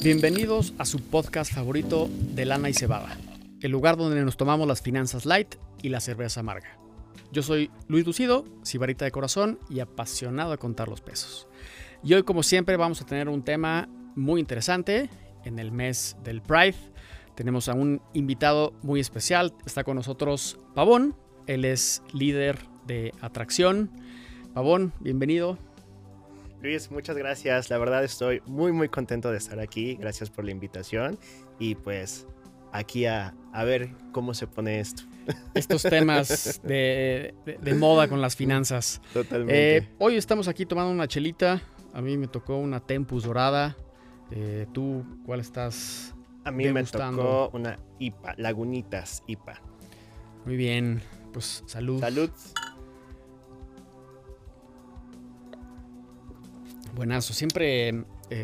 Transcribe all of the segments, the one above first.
Bienvenidos a su podcast favorito de Lana y Cebada, el lugar donde nos tomamos las finanzas light y la cerveza amarga. Yo soy Luis Lucido, sibarita de corazón y apasionado de contar los pesos. Y hoy, como siempre, vamos a tener un tema muy interesante. En el mes del Pride tenemos a un invitado muy especial. Está con nosotros Pavón. Él es líder de atracción. Pavón, bienvenido. Luis, muchas gracias. La verdad estoy muy contento de estar aquí. Gracias por la invitación. Y pues aquí a ver cómo se pone esto. Estos temas de moda con las finanzas. Totalmente. Hoy estamos aquí tomando una chelita. A mí me tocó una Tempus dorada. ¿Tú cuál estás A mí degustando? me tocó una IPA, Lagunitas IPA. Muy bien, pues salud. Salud. Buenazo. Siempre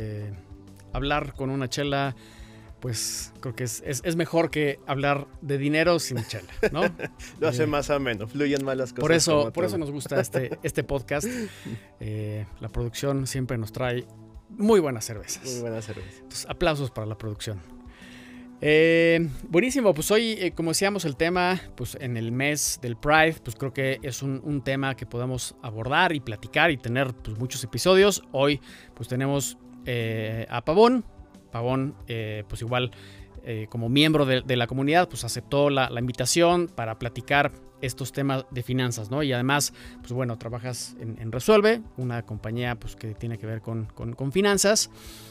hablar con una chela, pues creo que es mejor que hablar de dinero sin chela, ¿no? Lo hace más ameno, fluyen más las cosas. Por eso nos gusta este podcast. La producción siempre nos trae muy buenas cervezas. Muy buena cerveza. Entonces, aplausos para la producción. Buenísimo, pues hoy, como decíamos, el tema, pues en el mes del Pride, pues creo que es un tema que podemos abordar y platicar y tener pues, muchos episodios. Hoy, pues tenemos a Pavón. Pavón, pues igual, como miembro de la comunidad, pues aceptó la invitación para platicar estos temas de finanzas, ¿no? Y además, pues bueno, trabajas en Resuelve, una compañía pues que tiene que ver con finanzas.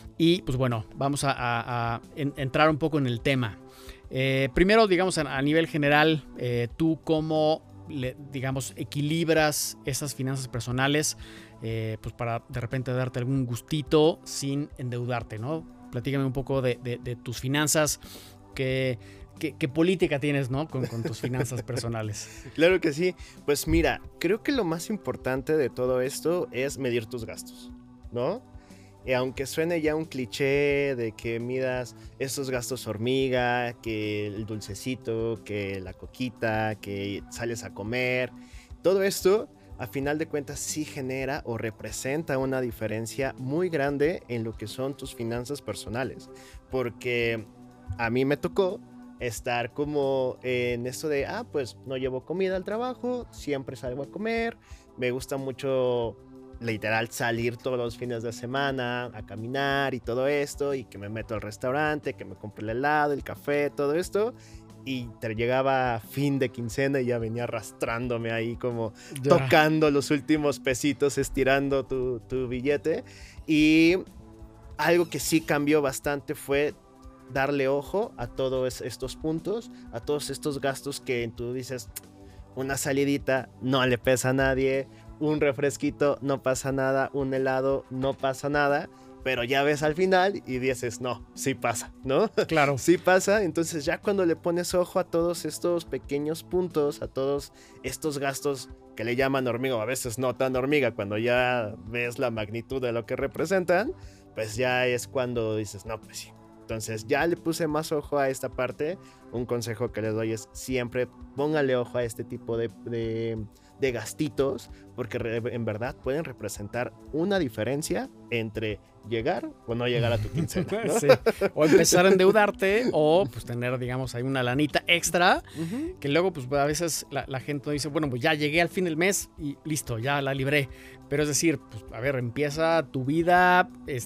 Y pues bueno, vamos a entrar un poco en el tema. Primero, digamos, a nivel general, ¿tú cómo, digamos, equilibras esas finanzas personales pues para de repente darte algún gustito sin endeudarte, ¿no? Platícame un poco de tus finanzas, ¿qué política tienes, ¿no? con tus finanzas personales? Claro que sí. Pues mira, creo que lo más importante de todo esto es medir tus gastos, ¿no? Y aunque suene ya un cliché de que midas estos gastos hormiga, que el dulcecito, que la coquita, que sales a comer, todo esto a final de cuentas sí genera o representa una diferencia muy grande en lo que son tus finanzas personales. Porque a mí me tocó estar como en esto de, pues no llevo comida al trabajo, siempre salgo a comer, me gusta mucho literal salir todos los fines de semana a caminar y todo esto, y que me meto al restaurante, que me compro el helado, el café, todo esto, y te llegaba fin de quincena y ya venía arrastrándome ahí como tocando los últimos pesitos, estirando tu billete. Y algo que sí cambió bastante fue darle ojo a todos estos puntos, a todos estos gastos que tú dices, una salidita no le pesa a nadie, un refresquito no pasa nada, un helado no pasa nada, pero ya ves al final y dices, no, sí pasa, ¿no? Claro. Sí pasa. Entonces ya cuando le pones ojo a todos estos pequeños puntos, a todos estos gastos que le llaman hormiga, o a veces no tan hormiga, cuando ya ves la magnitud de lo que representan, pues ya es cuando dices, no, pues sí. Entonces ya le puse más ojo a esta parte. Un consejo que les doy es siempre póngale ojo a este tipo de gastitos, porque en verdad pueden representar una diferencia entre llegar o no llegar a tu quincena, ¿no? Sí. O empezar a endeudarte o pues tener, digamos, ahí una lanita extra, que luego pues a veces la gente dice, bueno, pues ya llegué al fin del mes y listo, ya la libré. Pero es decir, pues a ver, empieza tu vida,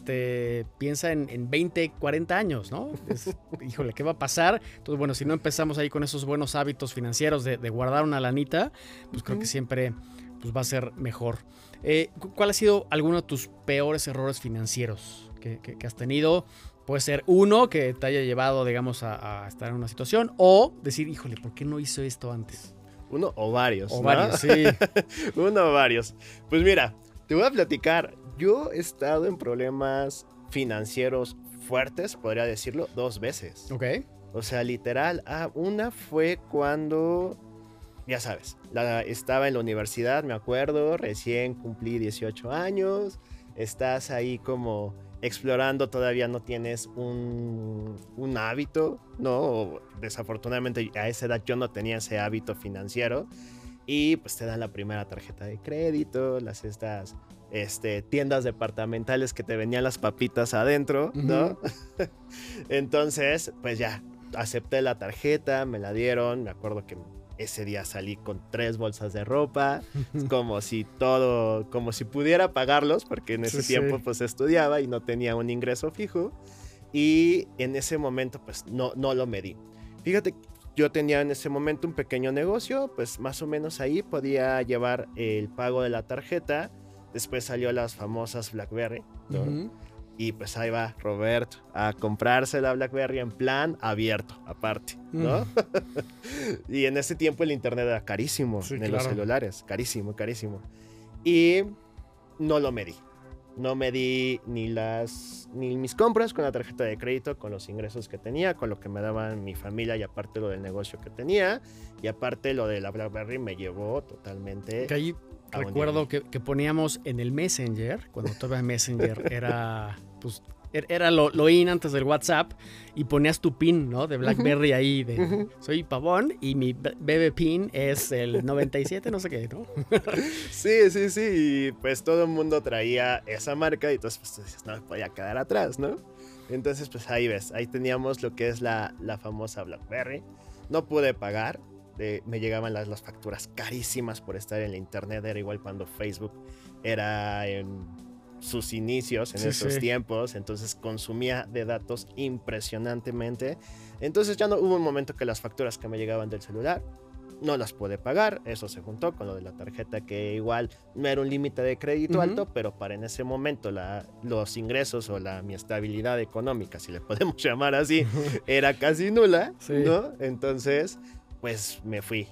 piensa en 20, 40 años, ¿no? Híjole, ¿qué va a pasar? Entonces, bueno, si no empezamos ahí con esos buenos hábitos financieros de guardar una lanita, pues creo que siempre pues, va a ser mejor. ¿Cuál ha sido alguno de tus peores errores financieros que has tenido? Puede ser uno que te haya llevado, digamos, a estar en una situación, o decir, híjole, ¿por qué no hizo esto antes? Uno o varios, O ¿no? varios, sí. Uno o varios. Pues mira, te voy a platicar. Yo he estado en problemas financieros fuertes, podría decirlo, 2 veces. Ok. O sea, literal, una fue cuando, ya sabes, estaba en la universidad, me acuerdo, recién cumplí 18 años, estás ahí como explorando, todavía no tienes un hábito, ¿no? Desafortunadamente a esa edad yo no tenía ese hábito financiero y pues te dan la primera tarjeta de crédito, estas tiendas departamentales que te venían las papitas adentro, ¿no? Entonces, pues ya, acepté la tarjeta, me la dieron, me acuerdo que ese día salí con 3 bolsas de ropa, como si pudiera pagarlos, porque en ese tiempo pues estudiaba y no tenía un ingreso fijo, y en ese momento pues no lo medí. Fíjate, yo tenía en ese momento un pequeño negocio, pues más o menos ahí podía llevar el pago de la tarjeta. Después salió las famosas BlackBerry, ¿no? Y pues ahí va Roberto a comprarse la BlackBerry en plan abierto, aparte, ¿no? Y en ese tiempo el internet era carísimo, los celulares, carísimo. Y no lo medí. No medí ni mis compras con la tarjeta de crédito, con los ingresos que tenía, con lo que me daban mi familia y aparte lo del negocio que tenía. Y aparte lo de la BlackBerry me llevó totalmente... Recuerdo que poníamos en el Messenger, cuando todavía Messenger era, pues, era lo in antes del WhatsApp, y ponías tu pin, ¿no? De BlackBerry ahí, de soy Pavón, y mi bebé pin es el 97, no sé qué, ¿no? Sí, y pues todo el mundo traía esa marca, y entonces pues dices, no me podía quedar atrás, ¿no? Entonces pues ahí ves, ahí teníamos lo que es la famosa BlackBerry. No pude pagar. Me llegaban las facturas carísimas por estar en la internet. Era igual cuando Facebook era en sus inicios, en esos tiempos. Entonces consumía de datos impresionantemente. Entonces ya no hubo un momento que las facturas que me llegaban del celular no las pude pagar. Eso se juntó con lo de la tarjeta, que igual no era un límite de crédito alto, pero para en ese momento los ingresos o mi estabilidad económica, si le podemos llamar así, era casi nula, ¿no? Entonces... pues me fui,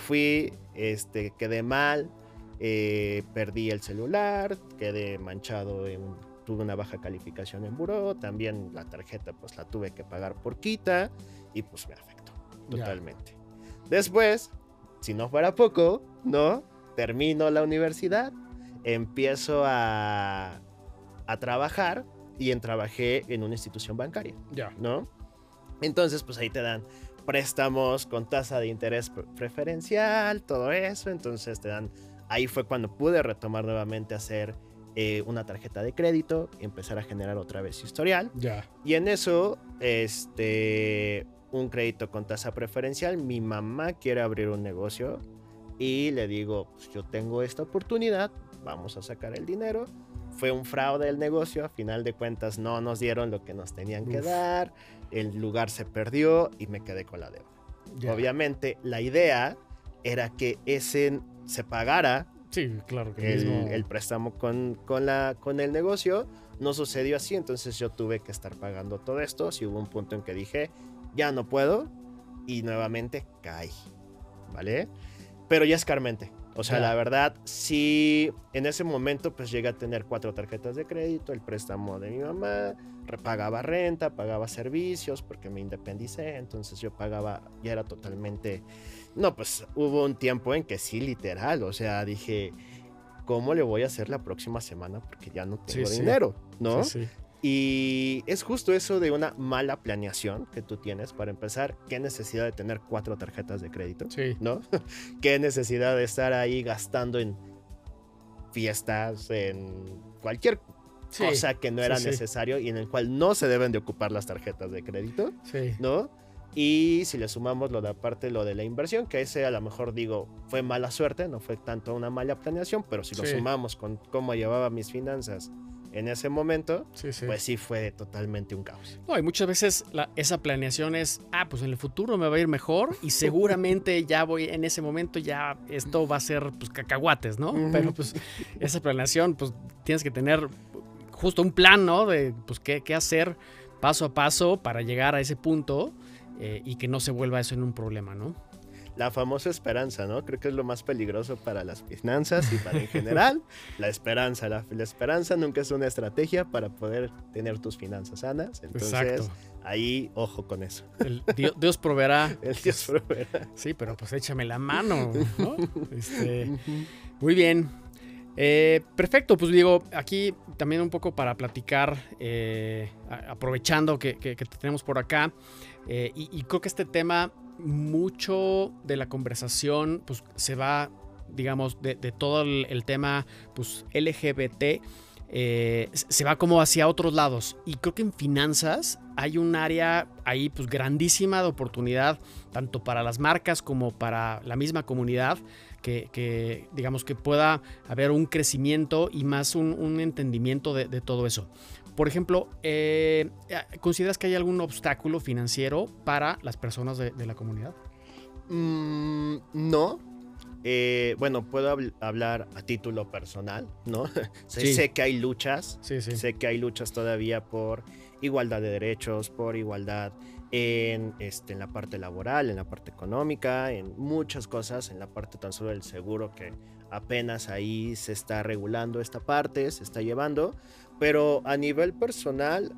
quedé mal, perdí el celular, quedé manchado, tuve una baja calificación en buró, también la tarjeta pues la tuve que pagar por quita y pues me afectó totalmente. Después, si no fuera poco, ¿no? Termino la universidad, empiezo a trabajar y trabajé en una institución bancaria, ¿no? Entonces pues ahí te dan préstamos con tasa de interés preferencial, todo eso. Entonces ahí fue cuando pude retomar nuevamente hacer una tarjeta de crédito y empezar a generar otra vez historial. Y en eso, un crédito con tasa preferencial, mi mamá quiere abrir un negocio y le digo, pues yo tengo esta oportunidad, vamos a sacar el dinero. Fue un fraude el negocio, a final de cuentas no nos dieron lo que nos tenían que dar, el lugar se perdió y me quedé con la deuda. Obviamente la idea era que ese se pagara el préstamo con el negocio. No sucedió así, entonces yo tuve que estar pagando todo esto. Sí hubo un punto en que dije, ya no puedo, y nuevamente caí, ¿vale? Pero ya escarmenté. O sea, la verdad, sí, en ese momento pues llegué a tener 4 tarjetas de crédito, el préstamo de mi mamá, pagaba renta, pagaba servicios porque me independicé, entonces yo pagaba, ya era totalmente... No, pues hubo un tiempo en que sí, literal, o sea, dije, ¿cómo le voy a hacer la próxima semana? Porque ya no tengo dinero, ¿no? Y es justo eso de una mala planeación que tú tienes para empezar. ¿Qué necesidad de tener 4 tarjetas de crédito? ¿No? ¿Qué necesidad de estar ahí gastando en fiestas, en cualquier cosa que no era necesario y en el cual no se deben de ocupar las tarjetas de crédito? ¿No? Y si le sumamos lo de la inversión, que ese a lo mejor digo fue mala suerte, no fue tanto una mala planeación, pero si lo sumamos con cómo llevaba mis finanzas en ese momento, pues sí fue totalmente un caos. No, y muchas veces esa planeación es, pues en el futuro me va a ir mejor y seguramente ya en ese momento ya esto va a ser pues cacahuates, ¿no? Pero pues esa planeación, pues tienes que tener justo un plan, ¿no? De pues qué hacer paso a paso para llegar a ese punto y que no se vuelva eso en un problema, ¿no? La famosa esperanza, ¿no? Creo que es lo más peligroso para las finanzas y para en general. La esperanza. La esperanza nunca es una estrategia para poder tener tus finanzas sanas. Entonces, ahí, ojo con eso. Dios proveerá. El Dios proveerá. Sí, pero pues échame la mano, ¿no? Muy bien. Perfecto, pues digo, aquí también un poco para platicar, aprovechando que te tenemos por acá, y creo que este tema, mucho de la conversación pues se va digamos, de todo el tema pues, LGBT, se va como hacia otros lados. Y creo que en finanzas hay un área ahí pues grandísima de oportunidad, tanto para las marcas como para la misma comunidad, que digamos que pueda haber un crecimiento y más un entendimiento de todo eso. Por ejemplo, ¿consideras que hay algún obstáculo financiero para las personas de la comunidad? No. Bueno, puedo hablar a título personal, ¿no? Sí. Sé que hay luchas, Sí. sé que hay luchas todavía por igualdad de derechos, por igualdad en la parte laboral, en la parte económica, en muchas cosas, en la parte tan solo del seguro, que apenas ahí se está regulando esta parte, se está llevando, pero a nivel personal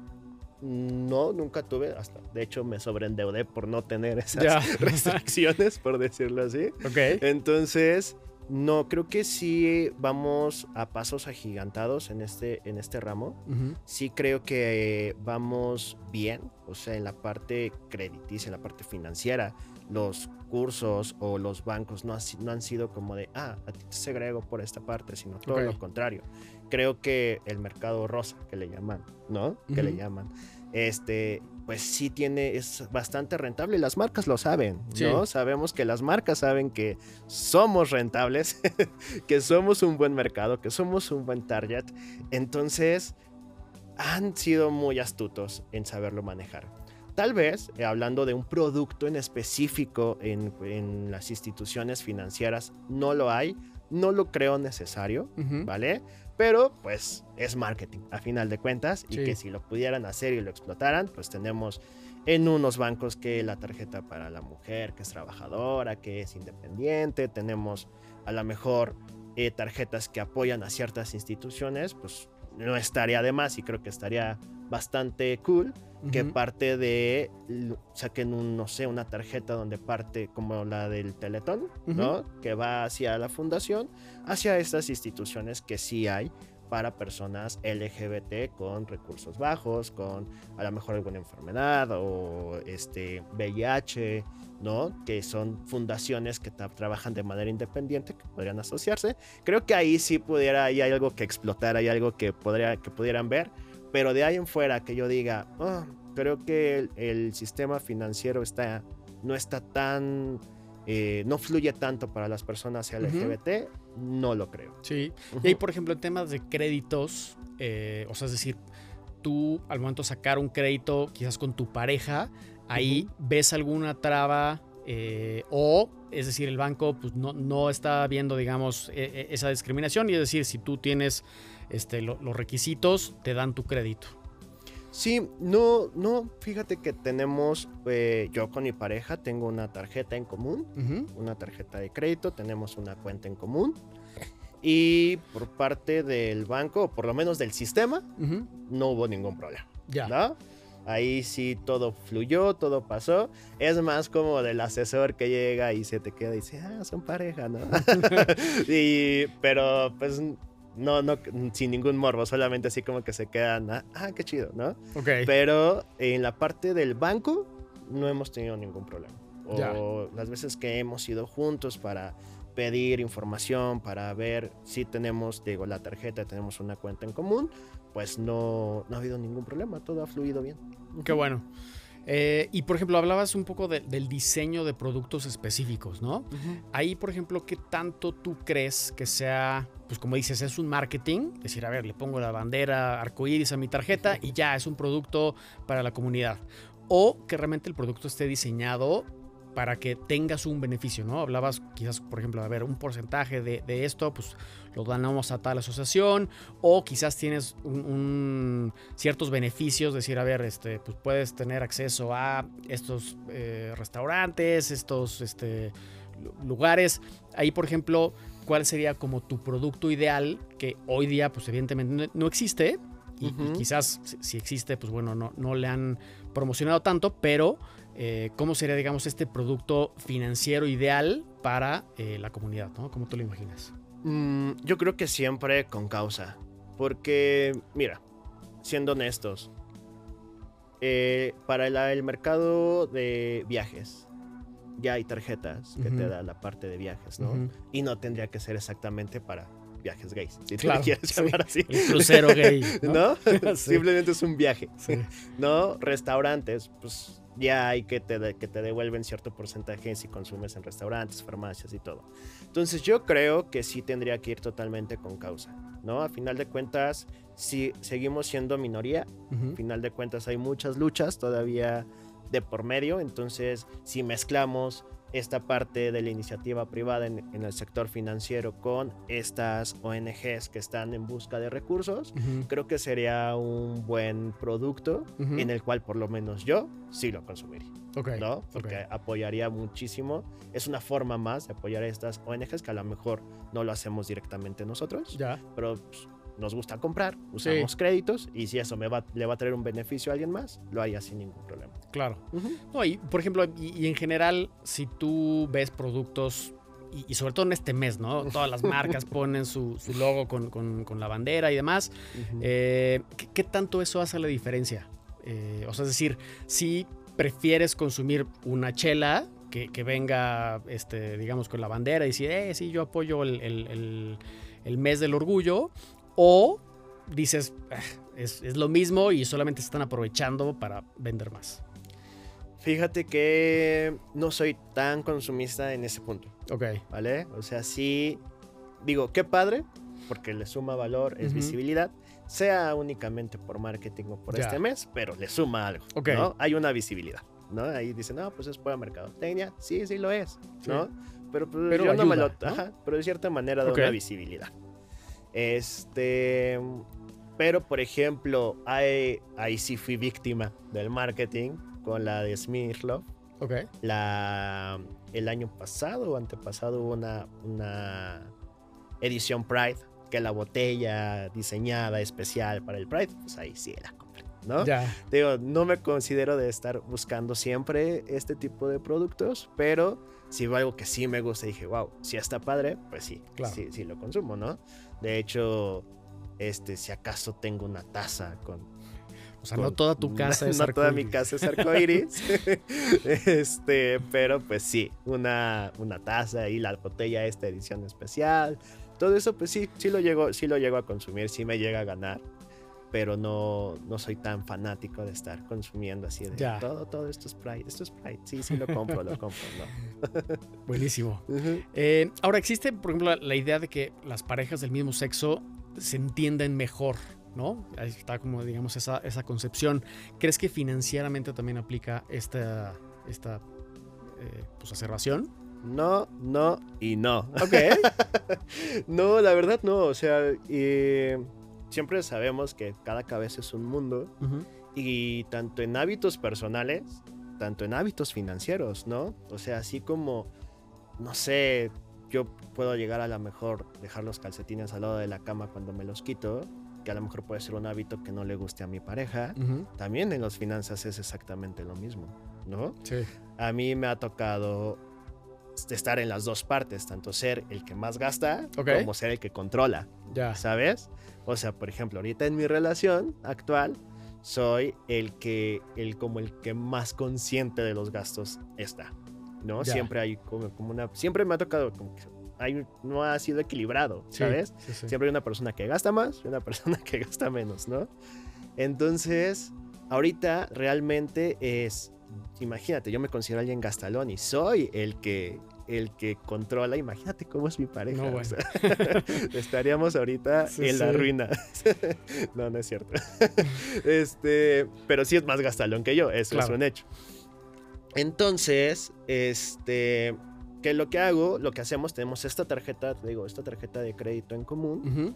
no, nunca tuve, hasta de hecho me sobreendeudé por no tener esas restricciones, por decirlo así. Okay. Entonces, no, creo que sí vamos a pasos agigantados en este ramo. Uh-huh. Sí creo que vamos bien, o sea, en la parte crediticia, en la parte financiera, los cursos o los bancos no han sido como de, a ti te segrego por esta parte, sino todo lo contrario. Creo que el mercado rosa, que le llaman, ¿no? Uh-huh. Que le llaman, pues sí es bastante rentable y las marcas lo saben, ¿no? Sí. Sabemos que las marcas saben que somos rentables, que somos un buen mercado, que somos un buen target. Entonces, han sido muy astutos en saberlo manejar. Tal vez, hablando de un producto en específico en las instituciones financieras, no lo hay, no lo creo necesario, uh-huh. ¿Vale? Pero pues es marketing a final de cuentas, y que si lo pudieran hacer y lo explotaran, pues tenemos en unos bancos que la tarjeta para la mujer que es trabajadora, que es independiente, tenemos a lo mejor tarjetas que apoyan a ciertas instituciones, pues no estaría de más y creo que estaría bastante cool, uh-huh. Que parte de, saquen una tarjeta donde parte como la del Teletón, uh-huh. ¿no? Que va hacia la fundación, hacia estas instituciones que sí hay para personas LGBT con recursos bajos, con a lo mejor alguna enfermedad o VIH, ¿no? Que son fundaciones que trabajan de manera independiente, que podrían asociarse. Creo que ahí sí hay algo que explotar, hay algo que pudieran ver, pero de ahí en fuera que yo diga, creo que el sistema financiero no está tan, no fluye tanto para las personas LGBT, uh-huh. No lo creo. Sí, uh-huh. Y ahí, por ejemplo, en temas de créditos, o sea, es decir, tú al momento de sacar un crédito, quizás con tu pareja, ahí uh-huh. ¿Ves alguna traba? O, es decir, el banco pues, no está viendo, digamos, esa discriminación, y es decir, si tú tienes los requisitos, te dan tu crédito. Sí, no, fíjate que tenemos, yo con mi pareja tengo una tarjeta en común, uh-huh. Una tarjeta de crédito, tenemos una cuenta en común, y por parte del banco, o por lo menos del sistema, uh-huh. No hubo ningún problema, ¿no? Ahí sí todo fluyó, todo pasó. Es más como del asesor que llega y se te queda y dice, son pareja, ¿no? Pero pues no, sin ningún morbo, solamente así como que se quedan, qué chido, ¿no? Okay. Pero en la parte del banco no hemos tenido ningún problema. O las veces que hemos ido juntos para pedir información, para ver si tenemos, la tarjeta, tenemos una cuenta en común, pues no ha habido ningún problema, todo ha fluido bien. Qué bueno. Y por ejemplo, hablabas un poco del diseño de productos específicos, ¿no? Uh-huh. Ahí, por ejemplo, ¿qué tanto tú crees que sea, pues como dices, es un marketing? Es decir, a ver, le pongo la bandera arcoíris a mi tarjeta y ya es un producto para la comunidad. O que realmente el producto esté diseñado para que tengas un beneficio, ¿no? Hablabas quizás, por ejemplo, a ver, un porcentaje de esto, pues lo donamos a tal asociación, o quizás tienes ciertos beneficios, decir, a ver, pues puedes tener acceso a estos restaurantes, estos lugares. Ahí, por ejemplo, ¿cuál sería como tu producto ideal que hoy día, pues evidentemente no existe? Y, uh-huh. Y quizás si existe, pues bueno, no le han promocionado tanto, pero ¿cómo sería, digamos, este producto financiero ideal para la comunidad, ¿no? ¿Cómo tú lo imaginas? Yo creo que siempre con causa, porque, mira, siendo honestos, para el mercado de viajes, ya hay tarjetas que te da la parte de viajes, ¿no? Y no tendría que ser exactamente para viajes gays, si claro, te quieres llamar así. El crucero gay, ¿no? ¿No? Simplemente es un viaje. ¿No? Restaurantes, pues ya hay que te devuelven cierto porcentaje si consumes en restaurantes, farmacias y todo. Entonces yo creo que sí tendría que ir totalmente con causa, ¿no? A final de cuentas, si seguimos siendo minoría, a final de cuentas hay muchas luchas todavía de por medio, entonces si mezclamos esta parte de la iniciativa privada en el sector financiero con estas ONGs que están en busca de recursos, creo que sería un buen producto en el cual por lo menos yo sí lo consumiría, ¿no? Porque apoyaría muchísimo, es una forma más de apoyar a estas ONGs que a lo mejor no lo hacemos directamente nosotros, pero pues, nos gusta comprar, usamos créditos y si eso le va a traer un beneficio a alguien más, lo haría sin ningún problema. Claro. No, y por ejemplo, y en general, si tú ves productos, y sobre todo en este mes, ¿no? Todas las marcas ponen su logo con la bandera y demás. ¿Qué tanto eso hace la diferencia? O sea, es decir, si prefieres consumir una chela que venga, digamos, con la bandera y decir, sí, yo apoyo el mes del orgullo, o dices, es lo mismo y solamente se están aprovechando para vender más. Fíjate que no soy tan consumista en ese punto. ¿Vale? O sea, sí, digo, qué padre, porque le suma valor, es visibilidad, sea únicamente por marketing o por este mes, pero le suma algo, ¿no? Hay una visibilidad, ¿no? Ahí dicen, no, pues es por mercadotecnia. Sí, sí lo es, ¿no? Sí. Pero yo ayuda, no me lo... ¿no? Ajá, pero de cierta manera da una visibilidad. Pero por ejemplo, ahí sí fui víctima del marketing con la de Smirnoff. El año pasado o antepasado hubo una edición Pride, que la botella diseñada especial para el Pride, pues ahí sí la compré, ¿no? Digo, no me considero de estar buscando siempre este tipo de productos, pero si veo algo que sí me gusta y dije, wow, si está padre, pues sí, sí lo consumo, ¿no? De hecho, si acaso tengo una taza con... O sea, no toda tu casa es arcoíris. No toda mi casa es arcoíris. Pero pues sí, una taza y la botella edición especial. Todo eso, pues sí lo llego a consumir, sí me llega a ganar. Pero no soy tan fanático de estar consumiendo así de todo esto es Sprite. Sí lo compro, ¿no? Buenísimo. Ahora, existe, por ejemplo, la idea de que las parejas del mismo sexo se entienden mejor, ¿no? Ahí está como, digamos, esa concepción. ¿Crees que financieramente también aplica esta pues, aservación? No y no. No, la verdad no. O sea, siempre sabemos que cada cabeza es un mundo. Y tanto en hábitos personales, tanto en hábitos financieros, ¿no? O sea, así como, no sé, yo puedo llegar a lo mejor dejar los calcetines al lado de la cama cuando me los quito, que a lo mejor puede ser un hábito que no le guste a mi pareja. También en las finanzas es exactamente lo mismo, ¿no? Sí. A mí me ha tocado estar en las dos partes, tanto ser el que más gasta como ser el que controla, ¿sabes? O sea, por ejemplo, ahorita en mi relación actual soy el que más consciente de los gastos está, ¿no? Siempre hay como siempre me ha tocado como que no ha sido equilibrado, ¿sabes? Sí. Siempre hay una persona que gasta más y una persona que gasta menos, ¿no? Entonces, ahorita realmente imagínate, yo me considero alguien gastalón y soy el que controla. Imagínate cómo es mi pareja. No, bueno. O sea, estaríamos ahorita en la ruina. No es cierto. Pero sí es más gastalón que yo, eso es un hecho. Entonces, que lo que hacemos, tenemos esta tarjeta de crédito en común.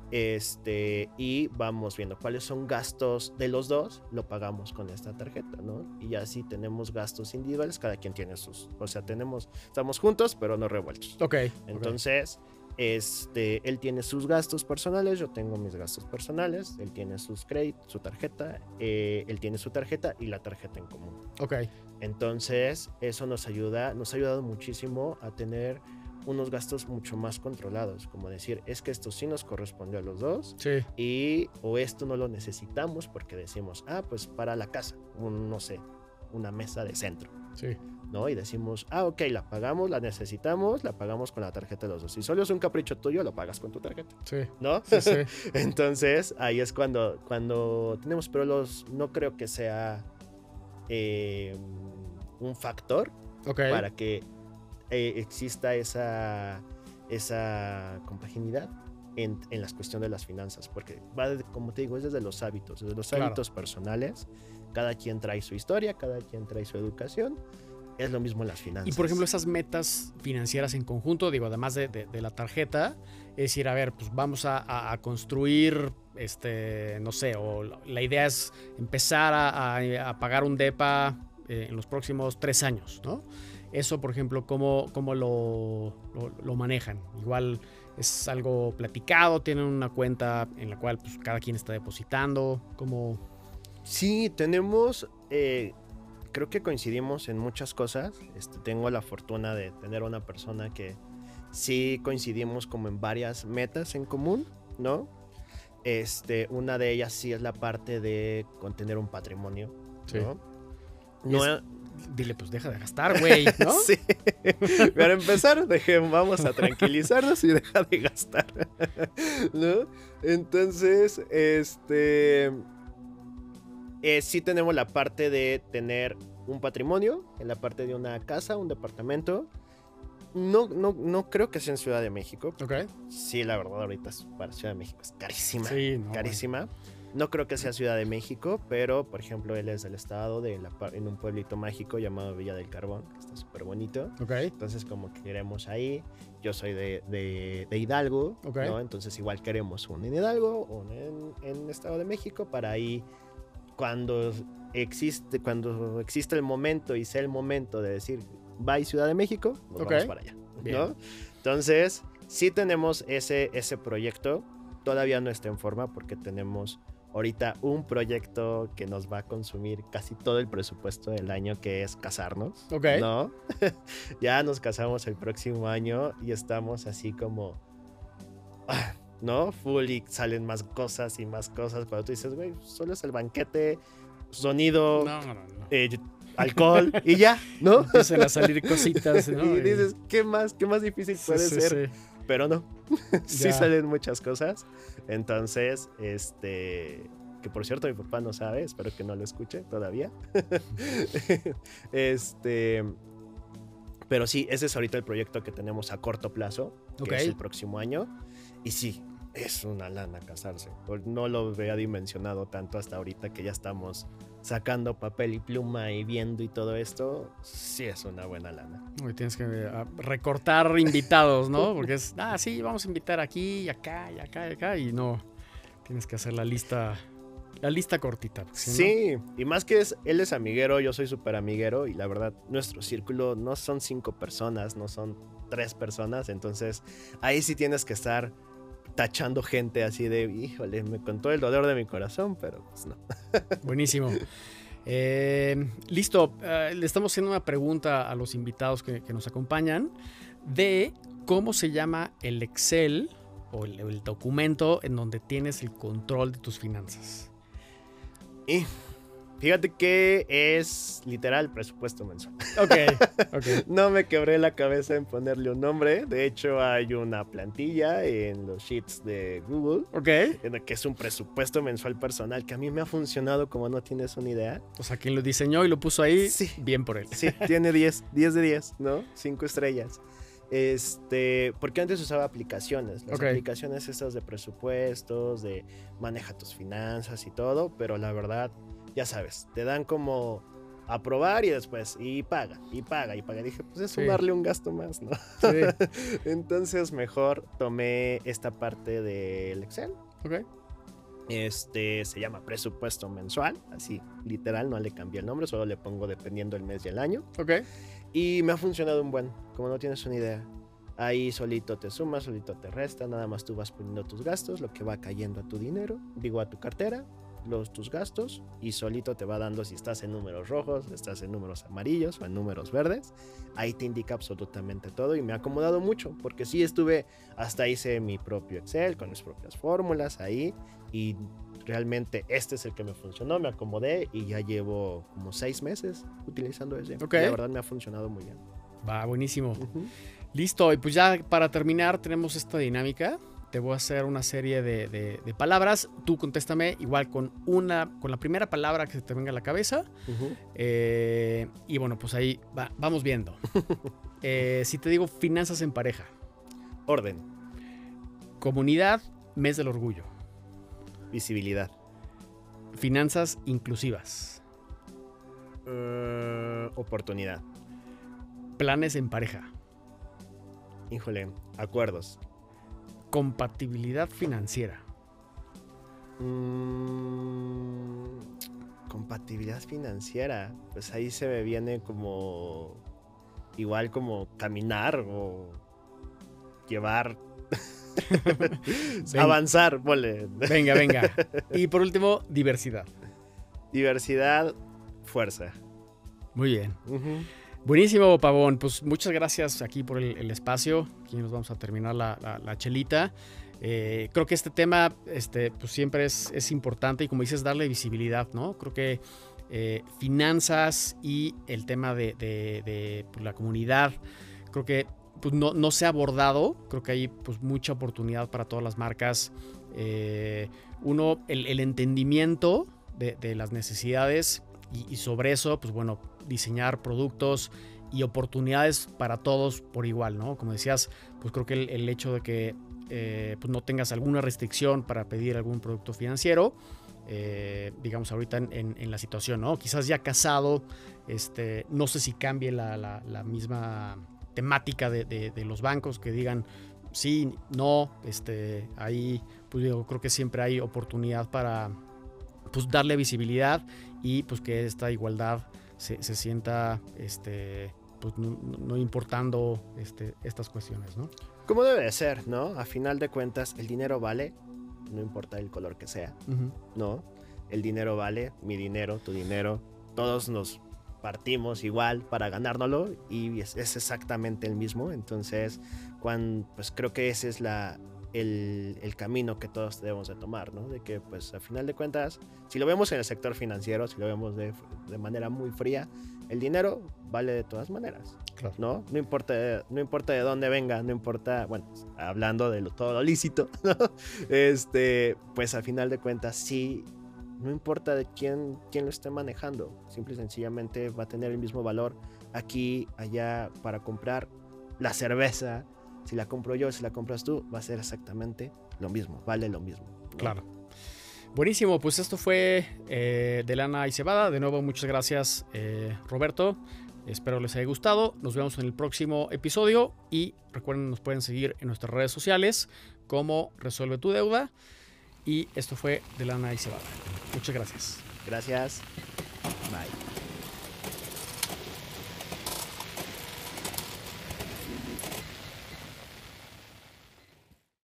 Y vamos viendo cuáles son gastos de los dos, lo pagamos con esta tarjeta, ¿no? Y así tenemos gastos individuales, cada quien tiene sus, o sea, estamos juntos pero no revueltos. Entonces, él tiene sus gastos personales, yo tengo mis gastos personales, él tiene sus créditos, su tarjeta, él tiene su tarjeta y la tarjeta en común. Entonces, eso nos ha ayudado muchísimo a tener unos gastos mucho más controlados, como decir, es que esto sí nos corresponde a los dos, o esto no lo necesitamos porque decimos, pues para la casa, no sé, una mesa de centro, ¿no? Y decimos, ok, la pagamos, la necesitamos, la pagamos con la tarjeta de los dos. Si solo es un capricho tuyo, lo pagas con tu tarjeta. Sí. ¿No? Sí, sí. Entonces, ahí es cuando tenemos, pero no creo que sea un factor para que exista esa compaginidad en la cuestión de las finanzas, porque como te digo, es desde los hábitos personales. Cada quien trae su historia, cada quien trae su educación. Es lo mismo en las finanzas. Y por ejemplo, esas metas financieras en conjunto, digo, además de la tarjeta, es decir, a ver, pues vamos a construir, no sé, o la idea es empezar a pagar un depa en los próximos 3 años, ¿no? Eso, por ejemplo, ¿cómo lo manejan? Igual es algo platicado, tienen una cuenta en la cual pues, cada quien está depositando, ¿cómo? Sí, tenemos... creo que coincidimos en muchas cosas. Tengo la fortuna de tener una persona que sí coincidimos como en varias metas en común, ¿no? Una de ellas sí es la parte de contener un patrimonio, ¿no? Sí. Dile, pues deja de gastar, güey, ¿no? Sí. Para empezar, vamos a tranquilizarnos y deja de gastar, ¿no? Entonces, sí tenemos la parte de tener un patrimonio, en la parte de una casa, un departamento. No creo que sea en Ciudad de México. Okay. Sí, la verdad, ahorita para Ciudad de México es carísima. Sí, carísima. Bueno. No creo que sea Ciudad de México, pero, por ejemplo, él es del estado, en un pueblito mágico llamado Villa del Carbón, que está súper bonito. Okay. Entonces, como que queremos ahí. Yo soy de Hidalgo, okay. ¿no? Entonces, igual queremos uno en Hidalgo, uno en Estado de México, para ahí, cuando existe el momento y sea el momento de decir, bye Ciudad de México, nos vamos para allá, ¿no? Entonces, sí tenemos ese proyecto. Todavía no está en forma porque tenemos ahorita un proyecto que nos va a consumir casi todo el presupuesto del año, que es casarnos, ¿no? Ya nos casamos el próximo año y estamos así como, ¿no? Full, y salen más cosas y más cosas. Cuando tú dices, güey, solo es el banquete, sonido, alcohol y ya, ¿no? Empiezan a salir cositas, ¿no? Y dices, ¿qué más difícil puede ser? Sí. Pero no, sí salen muchas cosas. Entonces, que por cierto mi papá no sabe, espero que no lo escuche todavía. Pero sí, ese es ahorita el proyecto que tenemos a corto plazo, que es el próximo año. Y sí, es una lana casarse. No lo había dimensionado tanto hasta ahorita que ya estamos sacando papel y pluma y viendo y todo esto. Sí es una buena lana. Uy, tienes que recortar invitados, ¿no? Porque es, sí, vamos a invitar aquí y acá y acá y acá. Y no, tienes que hacer la lista cortita. Sí, ¿no? Y más que él es amiguero, yo soy súper amiguero. Y la verdad, nuestro círculo no son 5 personas, no son 3 personas. Entonces, ahí sí tienes que estar tachando gente así de, híjole, me contó el dolor de mi corazón, pero pues no. Buenísimo. Listo, le estamos haciendo una pregunta a los invitados que nos acompañan de cómo se llama el Excel o el documento en donde tienes el control de tus finanzas. Y fíjate que es literal presupuesto mensual. Ok. No me quebré la cabeza en ponerle un nombre. De hecho, hay una plantilla en los sheets de Google. Que es un presupuesto mensual personal que a mí me ha funcionado como no tienes una idea. O sea, quien lo diseñó y lo puso ahí, sí, bien por él. Sí, tiene 10 de 10, ¿no? 5 estrellas. Porque antes usaba aplicaciones. Las aplicaciones estas de presupuestos, de maneja tus finanzas y todo, pero la verdad, ya sabes, te dan como aprobar y después, y paga. Y dije, pues es sumarle un gasto más, ¿no? Sí. Entonces mejor tomé esta parte del Excel. Se llama presupuesto mensual, así literal, no le cambié el nombre, solo le pongo dependiendo el mes y el año. Y me ha funcionado un buen, como no tienes una idea. Ahí solito te suma, solito te resta, nada más tú vas poniendo tus gastos, lo que va cayendo a tu dinero, a tu cartera, tus gastos, y solito te va dando si estás en números rojos, estás en números amarillos o en números verdes. Ahí te indica absolutamente todo y me ha acomodado mucho, porque sí hasta hice mi propio Excel con mis propias fórmulas ahí, y realmente este es el que me funcionó, me acomodé y ya llevo como 6 meses utilizando ese. Ok. Y la verdad me ha funcionado muy bien. Va, buenísimo. Ujú. Listo, y pues ya para terminar tenemos esta dinámica. Te voy a hacer una serie de palabras. Tú contéstame igual con la primera palabra que se te venga a la cabeza. Ujú. Y bueno, pues ahí vamos viendo. Si te digo finanzas en pareja, Orden, comunidad, mes del orgullo, visibilidad, finanzas inclusivas, oportunidad, planes en pareja, híjole, acuerdos. compatibilidad financiera, Compatibilidad financiera, pues ahí se me viene como igual como caminar o llevar, avanzar, ponle. Venga. Y por último, diversidad. Diversidad, fuerza. Muy bien. Ujú. Buenísimo, Pavón. Pues muchas gracias aquí por el espacio. Aquí nos vamos a terminar la chelita. Creo que este tema pues siempre es importante y como dices, darle visibilidad, ¿no? Creo que finanzas y el tema de pues, la comunidad, creo que pues, no se ha abordado. Creo que hay pues, mucha oportunidad para todas las marcas. Uno, el entendimiento de las necesidades y sobre eso, pues bueno, diseñar productos y oportunidades para todos por igual, ¿no? Como decías, pues creo que el hecho de que pues no tengas alguna restricción para pedir algún producto financiero, digamos ahorita en la situación, ¿no? Quizás ya casado, no sé si cambie la misma temática de los bancos que digan sí, no, ahí pues digo, creo que siempre hay oportunidad para pues darle visibilidad y pues que esta igualdad se sienta pues no importando estas cuestiones, ¿no? Como debe de ser, ¿no? A final de cuentas, el dinero vale, no importa el color que sea, Uh-huh. ¿no? El dinero vale, mi dinero, tu dinero, todos nos partimos igual para ganárnoslo y es exactamente el mismo. Entonces, pues creo que ese es el camino que todos debemos de tomar, ¿no? De que, pues, a final de cuentas, si lo vemos en el sector financiero, si lo vemos de manera muy fría, el dinero vale de todas maneras, Claro. ¿no? No importa de dónde venga, no importa, bueno, hablando de todo lo lícito, ¿no? Pues, al final de cuentas, sí, no importa de quién lo esté manejando, simple y sencillamente va a tener el mismo valor aquí, allá, para comprar la cerveza. Si la compro yo, si la compras tú, va a ser exactamente lo mismo, vale lo mismo, ¿no? Claro. Buenísimo, pues esto fue de Lana y Cebada. De nuevo, muchas gracias, Roberto. Espero les haya gustado. Nos vemos en el próximo episodio y recuerden, nos pueden seguir en nuestras redes sociales como Resuelve tu Deuda. Y esto fue de Lana y Cebada. Muchas gracias. Gracias. Bye.